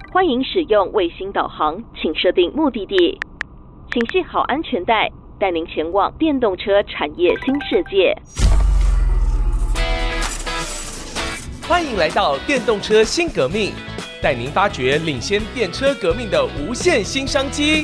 欢迎使用卫星导航，请设定目的地，请系好安全带，带您前往电动车产业新世界。 欢迎来到电动车新革命，带您发掘领先电车革命的无限新商机。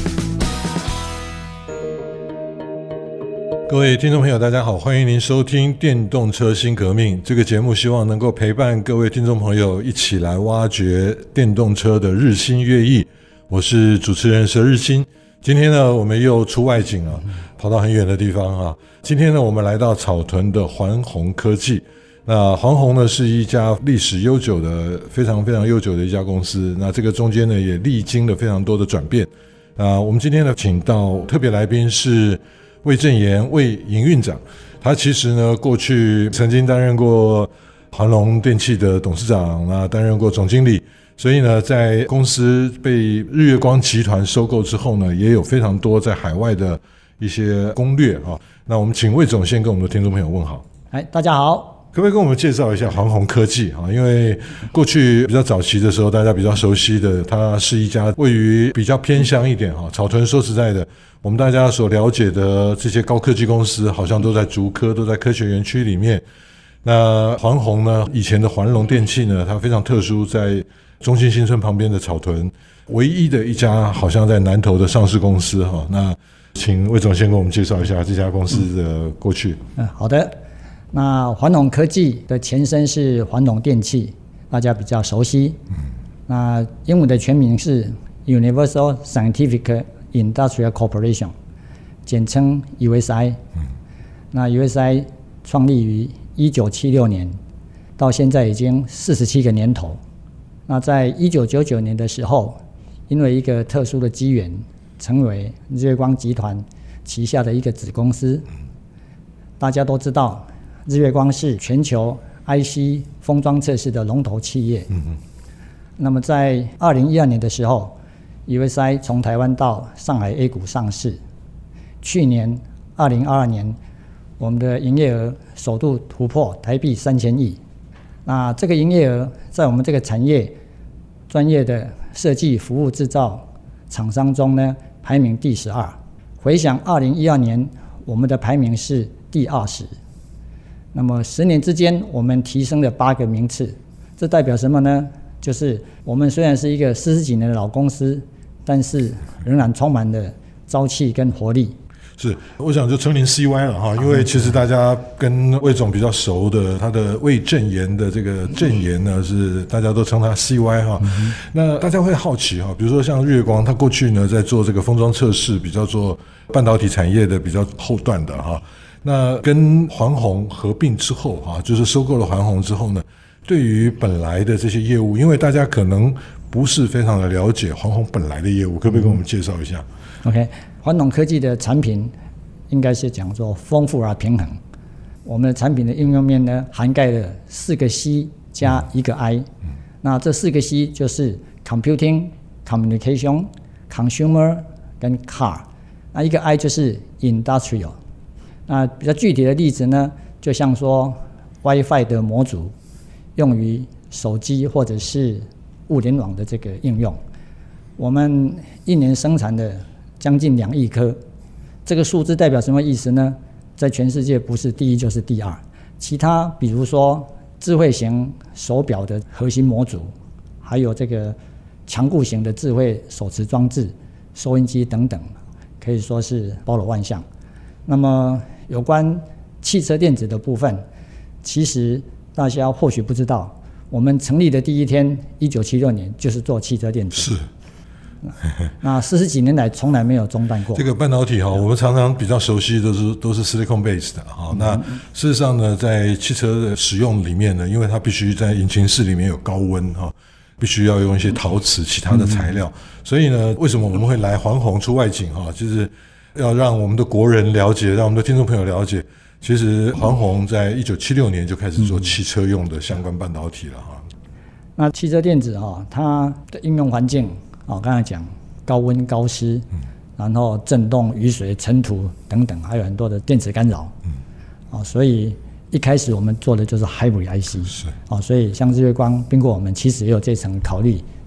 各位听众朋友大家好，欢迎您收听电动车新革命这个节目，希望能够陪伴各位听众朋友一起来挖掘电动车的日新月异。我是主持人佘日新。今天呢我们又出外景了，跑到很远的地方啊。今天呢我们来到草屯的环宏科技。那环宏呢是一家历史悠久的非常非常悠久的一家公司，那这个中间呢也历经了非常多的转变。我们今天呢请到特别来宾是魏正言魏营运长，他其实呢过去曾经担任过环宏电器的董事长，担任过总经理，所以呢在公司被日月光集团收购之后呢，也有非常多在海外的一些攻略啊。那我们请魏总先跟我们的听众朋友问好。 大家好。 可不可以跟我们介绍一下环宏科技啊？因为过去比较早期的时候，大家比较熟悉的，它是一家位于比较偏乡一点草屯。说实在的，我们大家所了解的这些高科技公司，好像都在竹科，都在科学园区里面。那环宏呢，以前的环龙电器呢，它非常特殊，在中心新村旁边的草屯，唯一的一家好像在南投的上市公司哈。那请魏总先跟我们介绍一下这家公司的过去。 好的。那环宏科技的前身是环宏电器，大家比较熟悉。那英文的全名是 Universal Scientific Industrial Corporation， 简称 USI。那 USI 创立于1976年，到现在已经47个年头。那在1999年的时候，因为一个特殊的机缘，成为日月光集团旗下的一个子公司。大家都知道，日月光是全球 IC 封装测试的龙头企业。那么在2012年的时候， USI 从台湾到上海 A 股上市。去年2022年，我们的营业额首度突破台币3000亿。那这个营业额在我们这个产业专业的设计服务制造厂商中呢，排名第12。回想2012年，我们的排名是第20。那么10年之间，我们提升了8个名次。这代表什么呢？就是我们虽然是一个40几年的老公司，但是仍然充满了朝气跟活力。 是，我想就称您 CY 了哈，因为其实大家跟魏总比较熟的，他的魏正言的这个正言呢，是大家都称他 CY 哈。那大家会好奇哈，比如说像日月光，他过去呢在做这个封装测试，比较做半导体产业的比较后段的哈。那跟环宏合并之后就是收购了环宏之后呢，对于本来的这些业务，因为大家可能不是非常的了解环宏本来的业务，可不可以跟我们介绍一下 ？OK， 环宏科技的产品应该是讲做丰富而平衡。我们的产品的应用面呢，涵盖了4个 C 加1个 I。那这4个 C 就是 Computing、Communication、Consumer 跟 Car。那1个 I 就是 Industrial。那比较具体的例子呢，就像说 WiFi 的模组用于手机或者是物联网的这个应用，我们一年生产的将近2亿颗。这个数字代表什么意思呢？在全世界不是第1就是第2。其他比如说智慧型手表的核心模组，还有这个强固型的智慧手持装置、收音机等等，可以说是包罗万象。那么有关汽车电子的部分，其实大家或许不知道，我们成立的第一天1976年就是做汽车电子。 是。 那40几年来从来没有中断过。 这个半导体我们常常比较熟悉都是 silicon based 的那事实上呢，在汽车的使用里面呢，因为它必须在引擎室里面有高温必须要用一些陶瓷其他的材料，所以呢，为什么我们会来环宏出外景就是要让我们的国人了解，让我们的听众朋友了解，其实环宏在1976年就开始做汽车用的相关半导体了那汽车电子它的应用环境刚才讲高温高湿，然后震动、雨水、尘土等等，还有很多的电子干扰。所以一开始我们做的就是 Hybrid IC。所以像日月光经过我们其实也有这层考虑，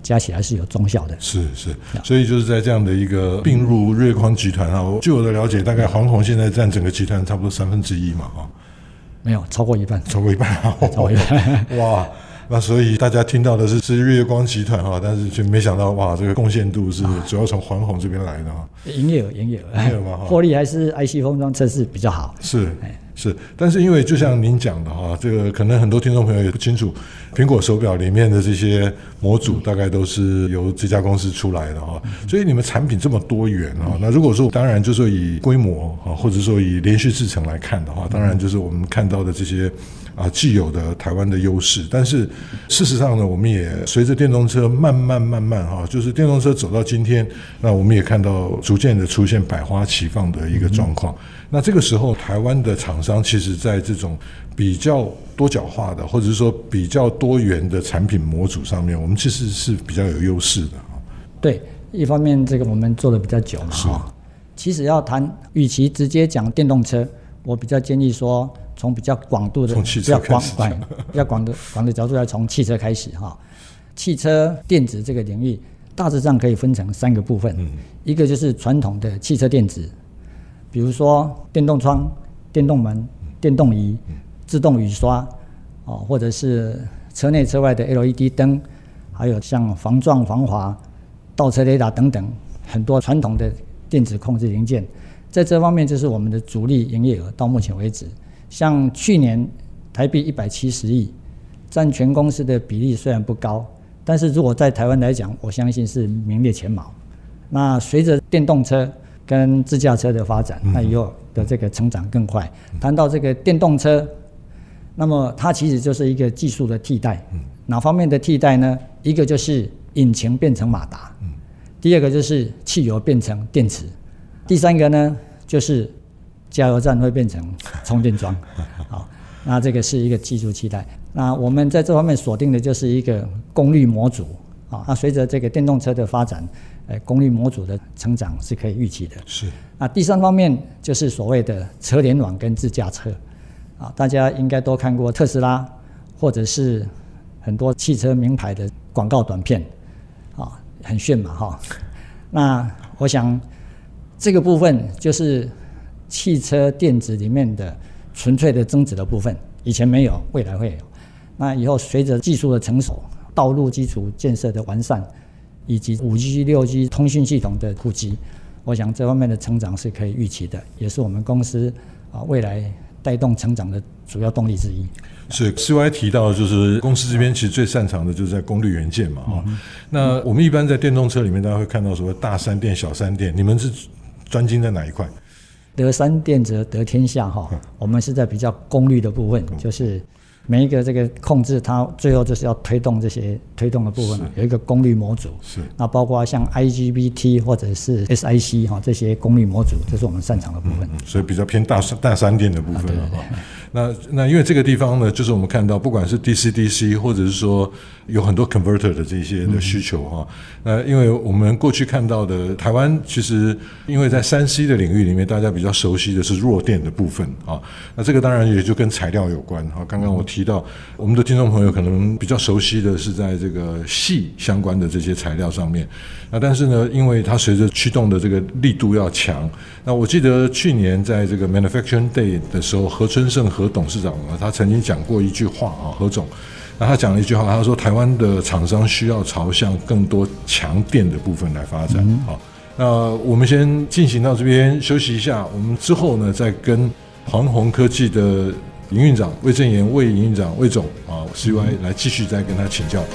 加起来是有中效的。 是，所以就是在这样的一个并入日月光集团据我的了解，大概环宏现在占整个集团差不多1/3嘛没有超过一半， 超过一半哇！那所以大家听到的是日月光集团但是却没想到哇，这个贡献度是主要从环宏这边来的营业额嘛，获利还是 IC 封装测试比较好。 是，但是因为就像您讲的这个可能很多听众朋友也不清楚，苹果手表里面的这些模组大概都是由这家公司出来的所以你们产品这么多元那如果说当然就是说以规模或者说以连续制程来看的话，当然就是我们看到的这些既有的台湾的优势，但是事实上呢，我们也随着电动车慢慢就是电动车走到今天，那我们也看到逐渐的出现百花齐放的一个状况。那这个时候台湾的厂商其实在这种比较多角化的或者是说比较多元的产品模组上面，我们其实是比较有优势的。 对，一方面这个我们做的比较久嘛其实要谈与其直接讲电动车，我比较建议说从比较广度的从汽车开始比较广的角度来从汽车开始汽车电子这个领域大致上可以分成3个部分一个就是传统的汽车电子，比如说电动窗、电动门、电动仪、自动雨刷或者是车内车外的 LED 灯，还有像防撞防滑、倒车雷达等等很多传统的电子控制零件，在这方面就是我们的主力营业额到目前为止。像去年台币170亿，占全公司的比例虽然不高，但是如果在台湾来讲，我相信是名列前茅。那随着电动车跟自驾车的发展，那以后的这个成长更快。谈到这个电动车，那么它其实就是一个技术的替代。哪方面的替代呢？一个就是引擎变成马达，第二个就是汽油变成电池，第三个呢就是加油站会变成充电桩。好，那这个是一个技术替代。那我们在这方面锁定的就是一个功率模组。那随着这个电动车的发展，功率模组的成长是可以预期的。 是。 那第三方面就是所谓的车联网跟自驾车。大家应该都看过特斯拉或者是很多汽车名牌的广告短片，很炫嘛那我想这个部分就是汽车电子里面的纯粹的增值的部分，以前没有，未来会有。那以后随着技术的成熟，道路基础建设的完善，以及 5G、6G 通讯系统的普及，我想这方面的成长是可以预期的，也是我们公司未来带动成长的主要动力之一。 是 CY 提到就是公司这边其实最擅长的就是在功率元件嘛那我们一般在电动车里面大家会看到所谓大三电小三电，你们是专精在哪一块？ 得三电则得天下我们是在比较功率的部分，就是每一个这个控制它最后就是要推动这些推动的部分有一个功率模组， 是那包括像 IGBT 或者是 SiC 这些功率模组，这是我们擅长的部分所以比较偏大三电的部分那因为这个地方呢，就是我们看到不管是 DC-DC 或者是说有很多 converter 的这些的需求那因为我们过去看到的台湾其实因为在 3C 的领域里面大家比较熟悉的是弱电的部分那这个当然也就跟材料有关刚刚我提到我们的听众朋友可能比较熟悉的是在这个矽相关的这些材料上面那但是呢因为它随着驱动的这个力度要强，那我记得去年在这个 Manufacturing Day 的时候，何春盛何董事长他曾经讲过一句话何总那他讲了一句话，他说台湾的厂商需要朝向更多强电的部分来发展那我们先进行到这边休息一下，我们之后呢再跟环宏科技的营运长魏正言魏营运长魏总CY 来继续再跟他请教。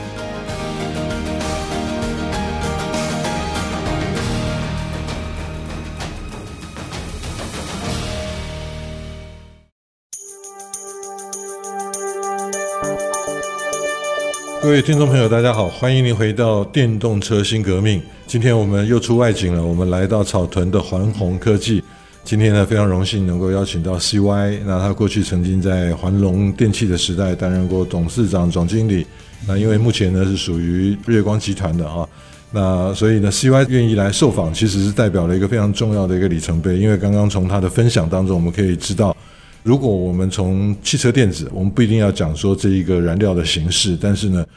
各位听众朋友大家好，欢迎您回到电动车新革命。今天我们又出外景了，我们来到草屯的环宏科技。今天呢非常荣幸能够邀请到 CY， 那他过去曾经在环龙电器的时代担任过董事长总经理，那因为目前呢是属于日月光集团的那所以呢 CY 愿意来受访，其实是代表了一个非常重要的一个里程碑。因为刚刚从他的分享当中我们可以知道，如果我们从汽车电子，我们不一定要讲说这一个燃料的形式，但是呢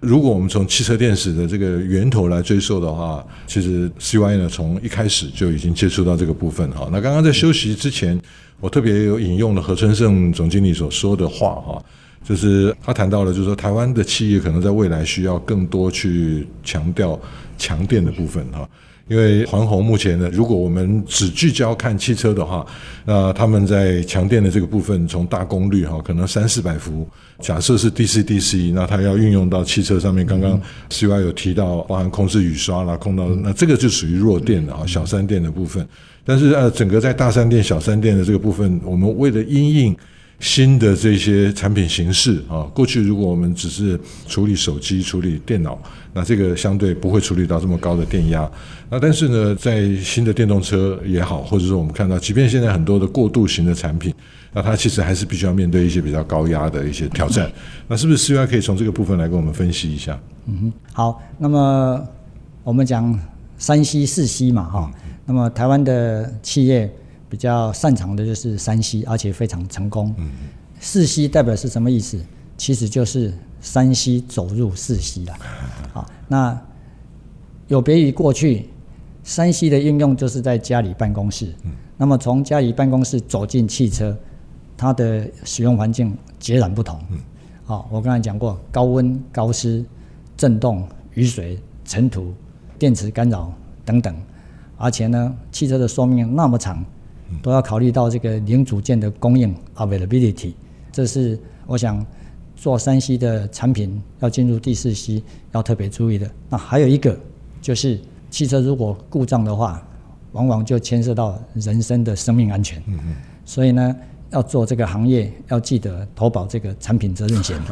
如果我们从汽车电池的这个源头来追溯的话，其实 CY 呢从一开始就已经接触到这个部分。那刚刚在休息之前，我特别有引用了何春盛总经理所说的话，就是他谈到了，就是说台湾的企业可能在未来需要更多去强调强电的部分。因为环宏目前呢，如果我们只聚焦看汽车的话，他们在强电的这个部分，从大功率可能300-400伏，假设是 DC-DC， 那它要运用到汽车上面。刚刚 CY 有提到，包含控制雨刷啦，那这个就属于弱电的小三电的部分。但是整个在大三电、小三电的这个部分，我们为了因应新的这些产品形式过去如果我们只是处理手机、处理电脑，那这个相对不会处理到这么高的电压。那但是呢，在新的电动车也好，或者说我们看到，即便现在很多的过渡型的产品，那它其实还是必须要面对一些比较高压的一些挑战。那是不是 CY 可以从这个部分来跟我们分析一下？ 好，那么我们讲3C 4C 嘛，那么台湾的企业比较擅长的就是 3C， 而且非常成功。4C 代表是什么意思？其实就是3C 走入4C 啦。好，那有别于过去3C 的应用就是在家里办公室，那么从家里办公室走进汽车，它的使用环境截然不同。我刚才讲过，高温、高湿、震动、雨水、尘土、电池干扰等等，而且呢，汽车的寿命那么长，都要考虑到这个零组件的供应 availability， 这是我想做3C 的产品要进入第4C要特别注意的。那还有一个就是汽车如果故障的话，往往就牵涉到人身的生命安全。所以呢，要做这个行业要记得投保这个产品责任险。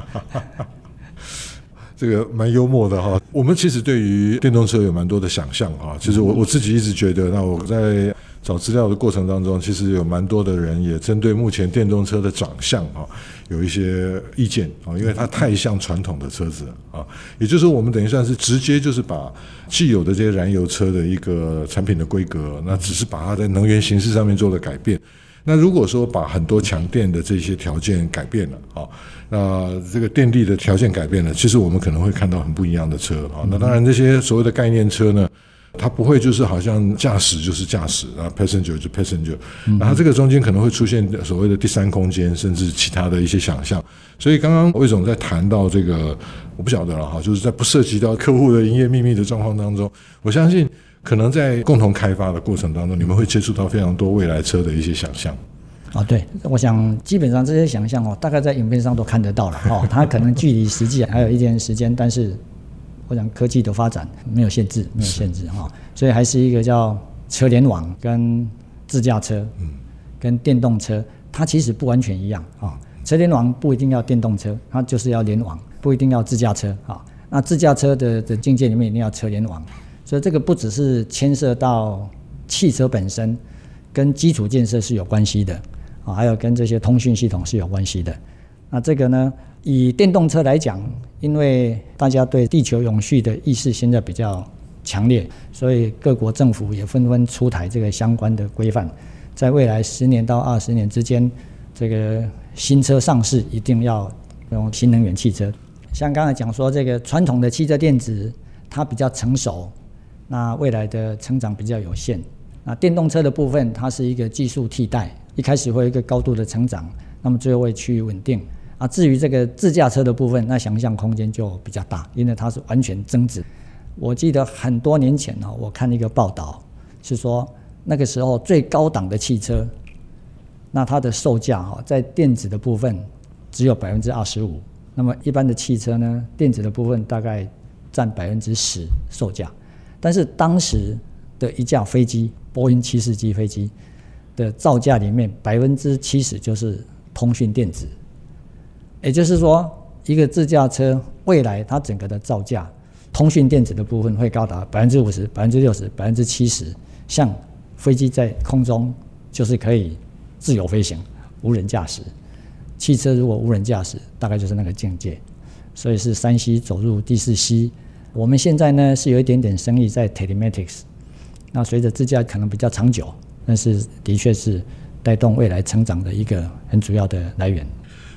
这个蛮幽默的哈。我们其实对于电动车有蛮多的想象哈。其实我自己一直觉得，那我在找资料的过程当中，其实有蛮多的人也针对目前电动车的长相有一些意见因为它太像传统的车子也就是说我们等于算是直接就是把既有的这些燃油车的一个产品的规格，那只是把它在能源形式上面做了改变。那如果说把很多强电的这些条件改变了那这个电力的条件改变了，其实我们可能会看到很不一样的车那当然这些所谓的概念车呢，它不会就是好像驾驶就是驾驶passenger 就 passenger，那它这个中间可能会出现所谓的第三空间，甚至其他的一些想象。所以刚刚魏总在谈到这个，我不晓得了就是在不涉及到客户的营业秘密的状况当中，我相信可能在共同开发的过程当中，你们会接触到非常多未来车的一些想象。 对，我想基本上这些想象大概在影片上都看得到了它可能距离实际还有一点时间，但是我想科技的发展没有限制所以还是一个叫车联网跟自驾车跟电动车，它其实不完全一样车联网不一定要电动车，它就是要联网，不一定要自驾车那自驾车的境界里面一定要车联网，所以这个不只是牵涉到汽车本身，跟基础建设是有关系的还有跟这些通讯系统是有关系的。那这个呢，以电动车来讲，因为大家对地球永续的意识现在比较强烈，所以各国政府也纷纷出台这个相关的规范，在未来10年到20年之间，这个新车上市一定要用新能源汽车。像刚才讲说，这个传统的汽车电子它比较成熟，那未来的成长比较有限。那电动车的部分，它是一个技术替代，一开始会有一个高度的成长，那么最后会趋于稳定。至于这个自驾车的部分，那想象空间就比较大，因为它是完全增值。我记得很多年前我看一个报道，是说那个时候最高档的汽车，那它的售价在电子的部分只有 25%， 那么一般的汽车呢，电子的部分大概占 10% 售价。但是当时的一架飞机，波音747飞机的造价里面 70% 就是通讯电子。也就是说，一个自驾车未来它整个的造价，通讯电子的部分会高达 50%、60%、70%。像飞机在空中就是可以自由飞行，无人驾驶。汽车如果无人驾驶，大概就是那个境界。所以是3C 走入第4C。我们现在呢是有一点点生意在 telematics， 那随着自驾可能比较长久，但是的确是带动未来成长的一个很主要的来源。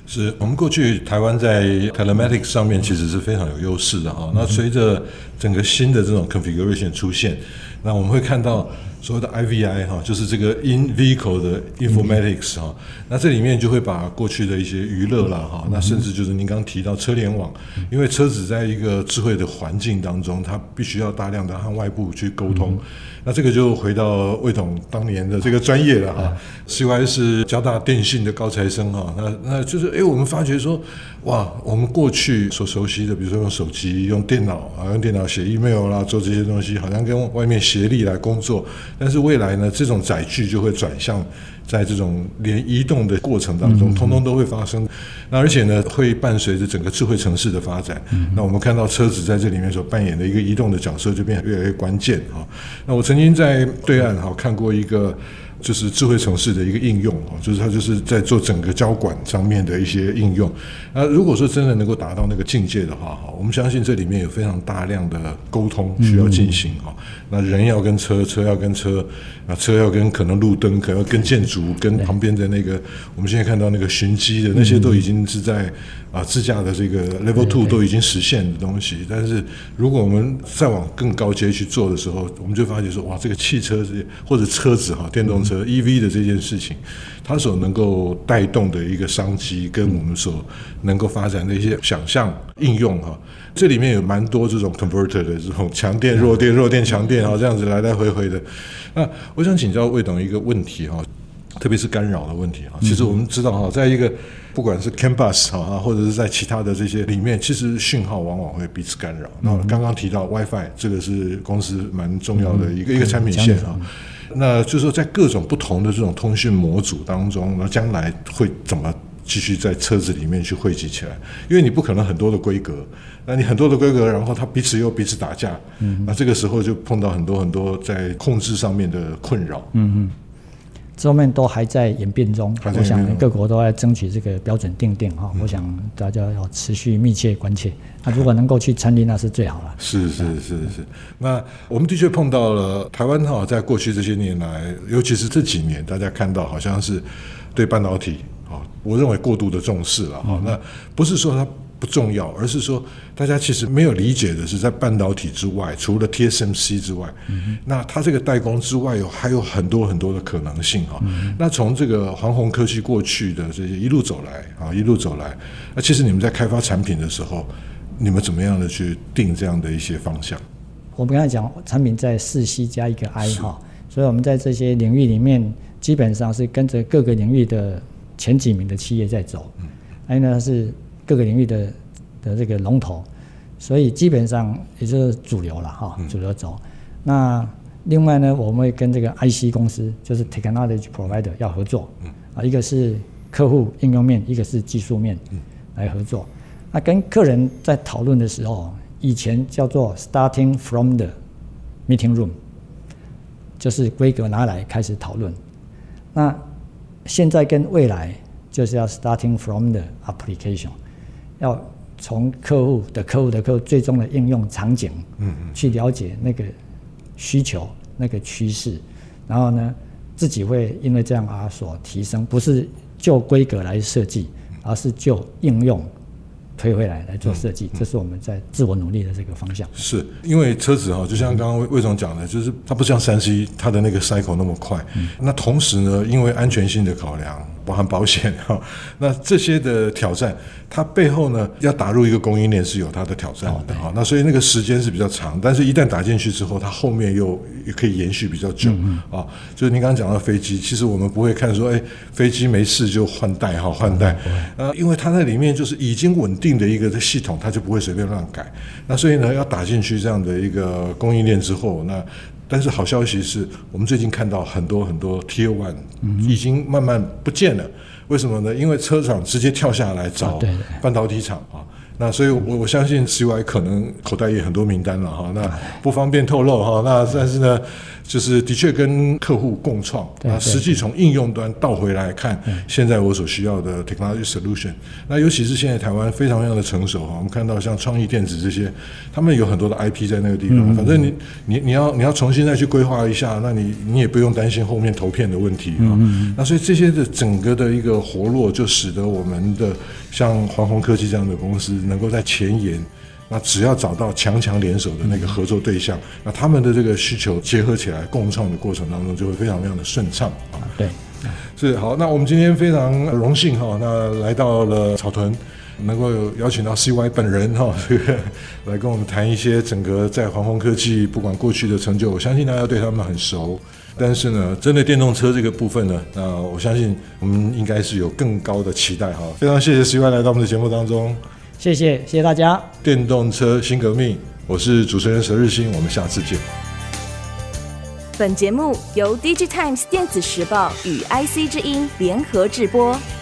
是我们过去台湾在 telematics 上面其实是非常有优势的哈。那随着整个新的这种 configuration 出现，那我们会看到所谓的 IVI 哈，就是这个 in vehicle 的 informatics 哈。那这里面就会把过去的一些娱乐啦哈，那甚至就是您刚提到车联网，因为车子在一个智慧的环境当中，它必须要大量的和外部去沟通。那这个就回到魏董当年的这个专业了哈，CY 是交大电信的高材生哈，那就是我们发觉说，哇，我们过去所熟悉的，比如说用手机、用电脑啊，用电脑写 email 啦，做这些东西，好像跟外面协力来工作，但是未来呢，这种载具就会转向在这种连移动的过程当中，通通都会发生。那而且呢，会伴随着整个智慧城市的发展。那我们看到车子在这里面所扮演的一个移动的角色，就变得越来越关键啊。那我曾经在对岸看过一个就是智慧城市的一个应用，就是它就是在做整个交管上面的一些应用。那如果说真的能够达到那个境界的话，我们相信这里面有非常大量的沟通需要进行。那人要跟车，车要跟车，车要跟可能路灯，可能要跟建筑，跟旁边的那个我们现在看到那个循迹的那些都已经是在自驾的这个 Level 2都已经实现的东西。但是如果我们再往更高阶去做的时候，我们就发觉说，哇，这个汽车或者车子电动车 EV 的这件事情，它所能够带动的一个商机，跟我们所能够发展的一些想象应用这里面有蛮多这种 converter 的这种强电弱电弱电强电这样子来来回回的。那我想请教魏董一个问题特别是干扰的问题其实我们知道在一个不管是 CAN bus 或者是在其他的这些里面，其实讯号往往会彼此干扰。那刚刚提到 WiFi 这个是公司蛮重要的一个产品线那就是说在各种不同的这种通讯模组当中，那将来会怎么继续在车子里面去汇集起来？因为你不可能很多的规格，那你很多的规格，然后它彼此又彼此打架，那这个时候就碰到很多很多在控制上面的困扰。 这方面都还在演变中，我想各国都在争取这个标准定我想大家要持续密切关切。如果能够去参与，那是最好了。 是。那我们的确碰到了台湾在过去这些年来，尤其是这几年，大家看到好像是对半导体我认为过度的重视了那不是说它不重要，而是说大家其实没有理解的是，在半导体之外，除了 TSMC 之外，那它这个代工之外还有很多很多的可能性那从这个黄宏科技过去的这些一路走来那其实你们在开发产品的时候，你们怎么样的去定这样的一些方向？ 我们刚才讲产品在4C 加一个 I 所以我们在这些领域里面基本上是跟着各个领域的前几名的企业在走I 呢是各个领域的这个龙头，所以基本上也就是主流了主流走。那另外呢，我们会跟这个 IC 公司，就是 Technology Provider 要合作一个是客户应用面，一个是技术面来合作。那跟客人在讨论的时候，以前叫做 Starting from the meeting room， 就是规格拿来开始讨论。那现在跟未来就是要 Starting from the application。要从客户最终的应用场景去了解那个需求那个趋势，然后呢自己会因为这样所提升，不是就规格来设计，而是就应用推回来做设计，这是我们在自我努力的这个方向。 是因为车子就像刚刚魏总讲的，就是它不像3C 它的那个 cycle 那么快那同时呢，因为安全性的考量，包含保险那这些的挑战，它背后呢要打入一个供应链是有它的挑战的那所以那个时间是比较长，但是一旦打进去之后，它后面又可以延续比较久就是您刚刚讲到飞机，其实我们不会看说飞机没事就换代因为它在里面就是已经稳定的一个系统，它就不会随便乱改。那所以呢，要打进去这样的一个供应链之后，但是好消息是我们最近看到很多很多 Tier 1已经慢慢不见了。为什么呢？因为车厂直接跳下来找半导体厂那所以我相信 CY 可能口袋也很多名单了哈，那不方便透露哈。那但是呢，就是的确跟客户共创，那实际从应用端倒回来看，现在我所需要的 technology solution。那尤其是现在台湾非常非常的成熟哈，我们看到像创意电子这些，他们有很多的 IP 在那个地方，反正你要重新再去规划一下，那你也不用担心后面投片的问题啊。那所以这些的整个的一个活络，就使得我们的像环宏科技这样的公司能够在前沿，那只要找到强联手的那个合作对象，那他们的这个需求结合起来，共创的过程当中就会非常非常的顺畅啊。 对， 是好。那我们今天非常荣幸哈，那来到了草屯，能够邀请到 CY 本人哈，这个来跟我们谈一些整个在环宏科技不管过去的成就，我相信大家对他们很熟。但是呢，针对电动车这个部分呢，那我相信我们应该是有更高的期待哈。非常谢谢 CY 来到我们的节目当中， 谢谢大家。 电动车新革命，我是主持人佘日新，我们下次见。 本节目由 DigiTimes 电子时报与 IC 之音联合制播。